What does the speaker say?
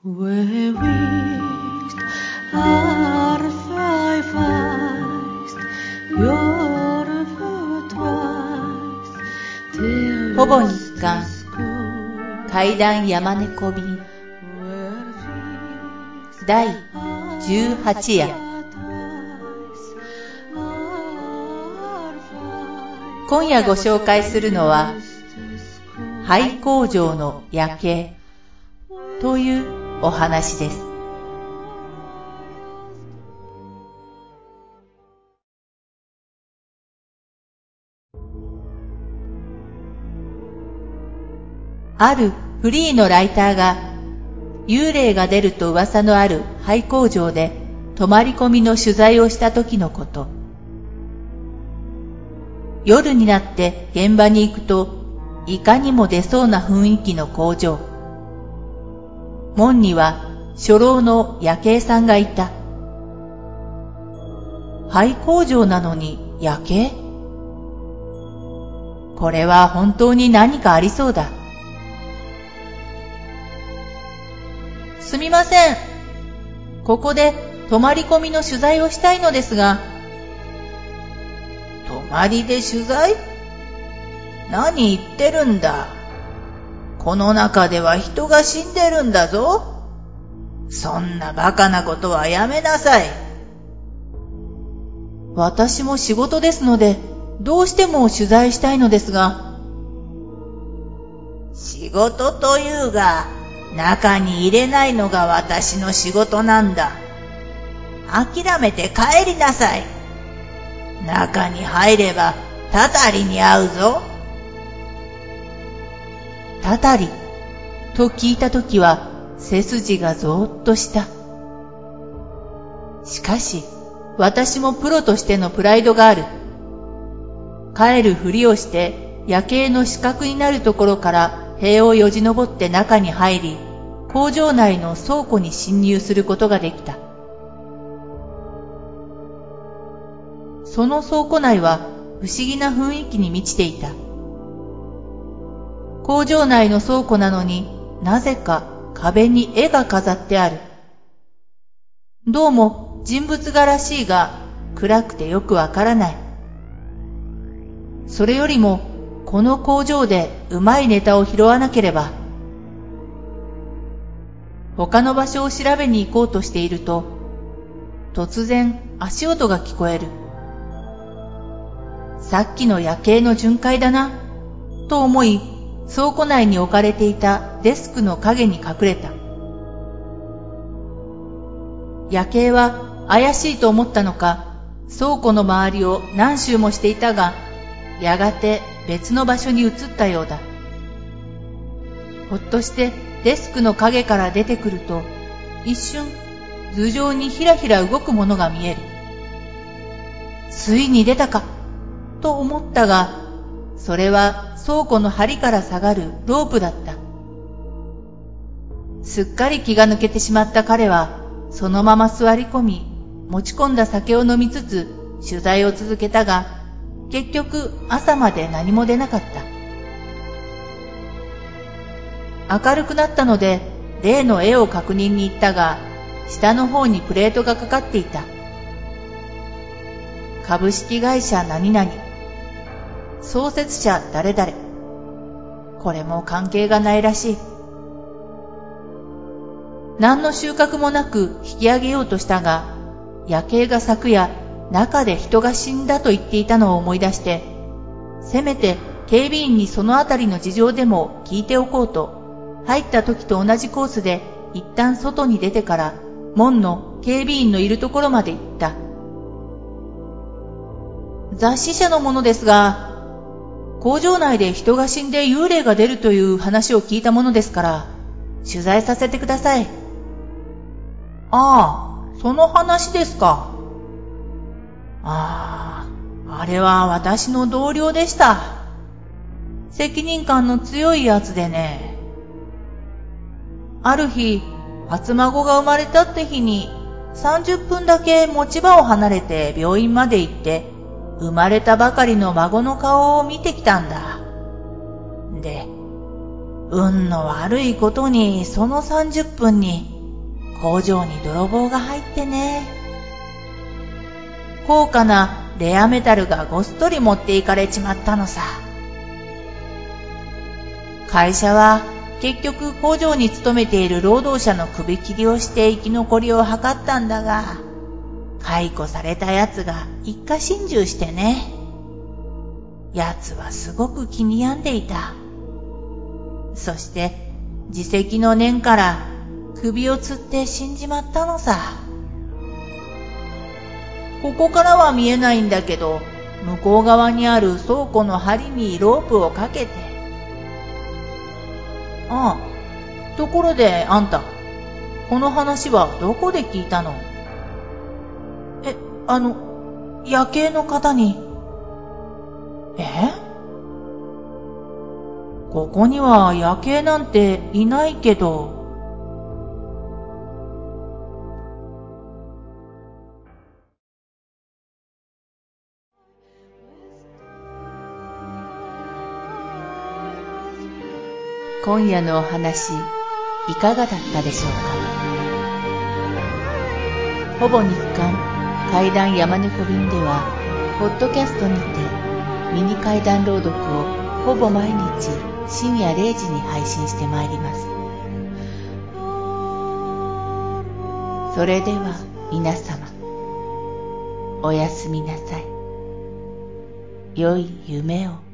Where wished are five eyes, your twice, ほぼ日刊怪談山猫便第18夜。今夜ご紹介するのは廃工場の夜景というお話です。あるフリーのライターが幽霊が出ると噂のある廃工場で泊まり込みの取材をした時のこと。夜になって現場に行くといかにも出そうな雰囲気の工場。門には初老の夜景さんがいた。廃工場なのに夜景？これは本当に何かありそうだ。すみません。ここで泊まり込みの取材をしたいのですが。 泊まりで取材？何言ってるんだ。この中では人が死んでるんだぞ。そんなバカなことはやめなさい。 私も仕事ですので、どうしても取材したいのですが。 仕事というが、中に入れないのが私の仕事なんだ。諦めて帰りなさい。中に入ればたたりに遭うぞ。 たたりと聞いたときは背筋がぞーっとした。しかし私もプロとしてのプライドがある。帰るふりをして夜景の死角になるところから塀をよじ登って中に入り、工場内の倉庫に侵入することができた。その倉庫内は不思議な雰囲気に満ちていた。工場内の倉庫なのになぜか壁に絵が飾ってある。どうも人物画らしいが暗くてよくわからない。それよりもこの工場でうまいネタを拾わなければ。他の場所を調べに行こうとしていると、突然足音が聞こえる。さっきの夜景の巡回だな、と思い、倉庫内に置かれていたデスクの影に隠れた。夜景は怪しいと思ったのか、倉庫の周りを何周もしていたが、やがて別の場所に移ったようだ。ほっとしてデスクの影から出てくると、一瞬頭上にひらひら動くものが見える。ついに出たかと思ったが、それは倉庫の梁から下がるロープだった。すっかり気が抜けてしまった彼は、そのまま座り込み、持ち込んだ酒を飲みつつ取材を続けたが、結局朝まで何も出なかった。明るくなったので例の絵を確認に行ったが、下の方にプレートがかかっていた。株式会社何々、創設者誰々。これも関係がないらしい。何の収穫もなく引き上げようとしたが、夜景が昨夜中で人が死んだと言っていたのを思い出して、せめて警備員にそのあたりの事情でも聞いておこうと、入った時と同じコースで一旦外に出てから門の警備員のいるところまで行った。雑誌社のものですが、工場内で人が死んで幽霊が出るという話を聞いたものですから、取材させてください。 ああ、その話ですか。あれは私の同僚でした。責任感の強いやつでね。 ある日、初孫が生まれたって日に30分だけ持ち場を離れて病院まで行って、生まれたばかりの孫の顔を見てきたんだ。 で、運の悪いことにその30分に工場に泥棒が入ってね。 高価なレアメタルがごっそり持っていかれちまったのさ。会社は結局工場に勤めている労働者の首切りをして生き残りを図ったんだが、解雇された奴が一家心中してね。奴はすごく気に病んでいた。そして自責の念から首を吊って死んじまったのさ。ここからは見えないんだけど、向こう側にある倉庫の梁にロープをかけて。ああ、ところであんた、この話はどこで聞いたの？夜景の方に。ここには夜景なんていないけど。今夜のお話、いかがだったでしょうか。ほぼ日刊怪談山猫便では、ポッドキャストにてミニ怪談朗読をほぼ毎日深夜0時に配信してまいります。それでは皆様、おやすみなさい。良い夢を。